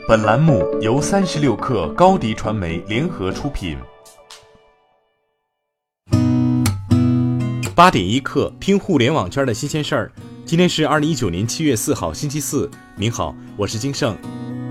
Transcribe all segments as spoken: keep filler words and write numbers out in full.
本栏目由三十六氪高迪传媒联合出品。 八点一刻，听互联网圈的新鲜事儿。今天是二零一九年七月四号，星期四。您好，我是金盛。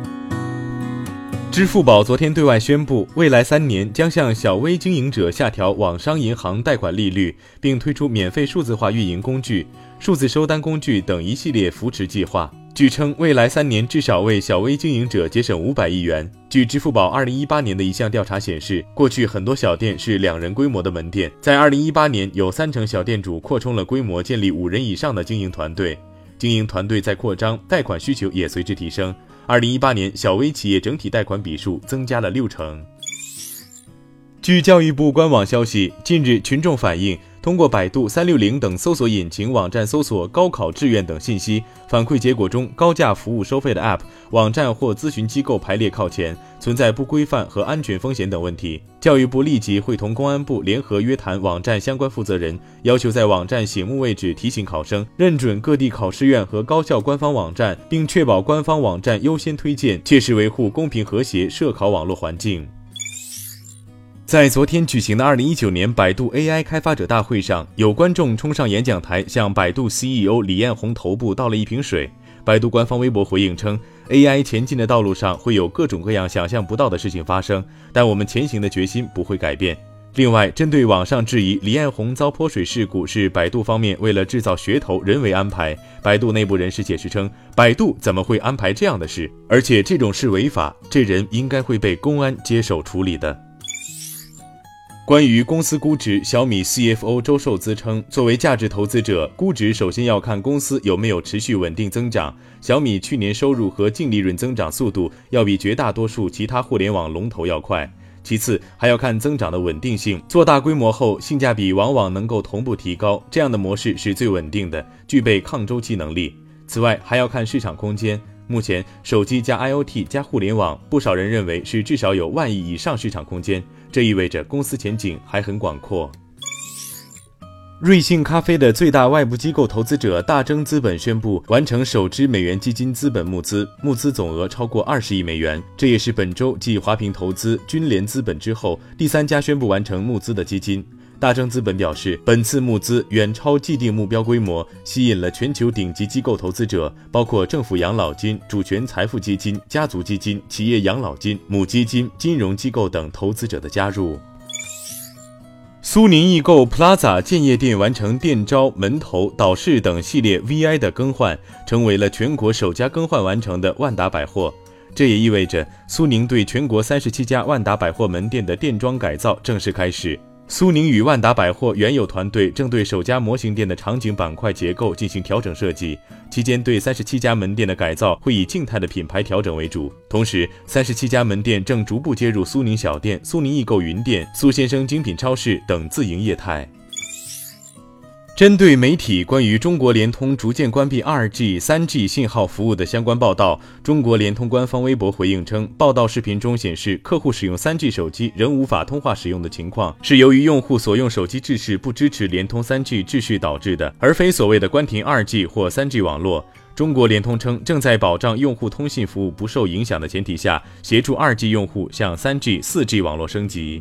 支付宝昨天对外宣布，未来三年将向小微经营者下调网商银行贷款利率，并推出免费数字化运营工具、数字收单工具等一系列扶持计划。据称，未来三年至少为小微经营者节省五百亿元。据支付宝二零一八年的一项调查显示，过去很多小店是两人规模的门店，在二零一八年，有三成小店主扩充了规模，建立五人以上的经营团队。经营团队在扩张，贷款需求也随之提升。二零一八年，小微企业整体贷款笔数增加了六成。据教育部官网消息，近日群众反映，通过百度、三六零等搜索引擎网站搜索高考志愿等信息，反馈结果中高价服务收费的 App、网站或咨询机构排列靠前，存在不规范和安全风险等问题。教育部立即会同公安部联合约谈网站相关负责人，要求在网站醒目位置提醒考生，认准各地考试院和高校官方网站，并确保官方网站优先推荐，切实维护公平和谐涉考网络环境。在昨天举行的二零一九年百度 A I 开发者大会上，有观众冲上演讲台，向百度 C E O 李彦宏头部倒了一瓶水。百度官方微博回应称 ，A I 前进的道路上会有各种各样想象不到的事情发生，但我们前行的决心不会改变。另外，针对网上质疑李彦宏遭泼水事故是百度方面为了制造噱头人为安排，百度内部人士解释称，百度怎么会安排这样的事？而且这种事违法，这人应该会被公安接手处理的。关于公司估值，小米 C F O 周受资称，作为价值投资者，估值首先要看公司有没有持续稳定增长。小米去年收入和净利润增长速度要比绝大多数其他互联网龙头要快。其次，还要看增长的稳定性，做大规模后，性价比往往能够同步提高，这样的模式是最稳定的，具备抗周期能力。此外，还要看市场空间。目前，手机加 I O T 加互联网，不少人认为是至少有万亿以上市场空间，这意味着公司前景还很广阔。瑞幸咖啡的最大外部机构投资者大钲资本宣布完成首支美元基金资本募资，募资总额超过二十亿美元，这也是本周继华平投资、君联资本之后第三家宣布完成募资的基金。大钲资本表示，本次募资远超既定目标规模，吸引了全球顶级机构投资者，包括政府养老金、主权财富基金、家族基金、企业养老金、母基金、金融机构等投资者的加入。苏宁易购 Plaza 建业店完成店招、门头、导视等系列 V I 的更换，成为了全国首家更换完成的万达百货。这也意味着苏宁对全国三十七家万达百货门店的店装改造正式开始。苏宁与万达百货原有团队正对首家模型店的场景板块结构进行调整设计，期间对三十七家门店的改造会以静态的品牌调整为主。同时，三十七家门店正逐步接入苏宁小店、苏宁易购云店、苏先生精品超市等自营业态。针对媒体关于中国联通逐渐关闭 二 G、三 G 信号服务的相关报道，中国联通官方微博回应称，报道视频中显示客户使用 三 G 手机仍无法通话使用的情况，是由于用户所用手机制式不支持联通 三 G 制式导致的，而非所谓的关停 二 G 或 三 G 网络。中国联通称，正在保障用户通信服务不受影响的前提下，协助 二 G 用户向 三 G、四 G 网络升级。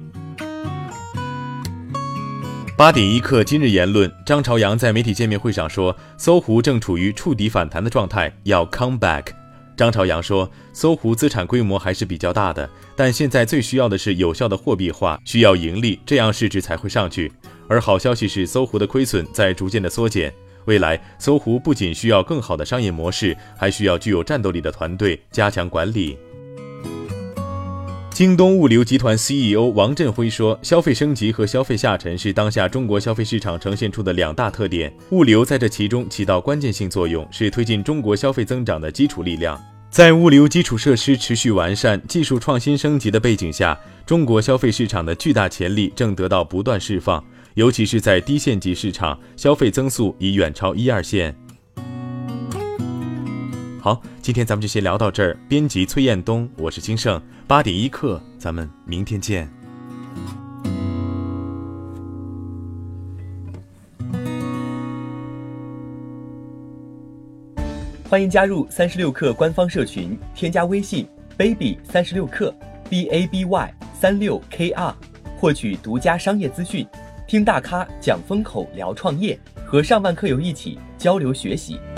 八点一刻今日言论，张朝阳在媒体见面会上说，搜狐正处于触底反弹的状态，要 come back。张朝阳说，搜狐资产规模还是比较大的，但现在最需要的是有效的货币化，需要盈利，这样市值才会上去。而好消息是，搜狐的亏损在逐渐的缩减。未来，搜狐不仅需要更好的商业模式，还需要具有战斗力的团队，加强管理。京东物流集团 C E O 王振辉说，消费升级和消费下沉是当下中国消费市场呈现出的两大特点，物流在这其中起到关键性作用，是推进中国消费增长的基础力量。在物流基础设施持续完善、技术创新升级的背景下，中国消费市场的巨大潜力正得到不断释放，尤其是在低线级市场，消费增速已远超一二线。好，今天咱们就先聊到这儿。编辑崔彦东，我是金盛，八点一刻，咱们明天见。 欢迎加入三十六氪官方社群，添加微信 baby 三十六克 B A B Y 三六 K R， 获取独家商业资讯，听大咖讲风口，聊创业，和上万课友一起交流学习。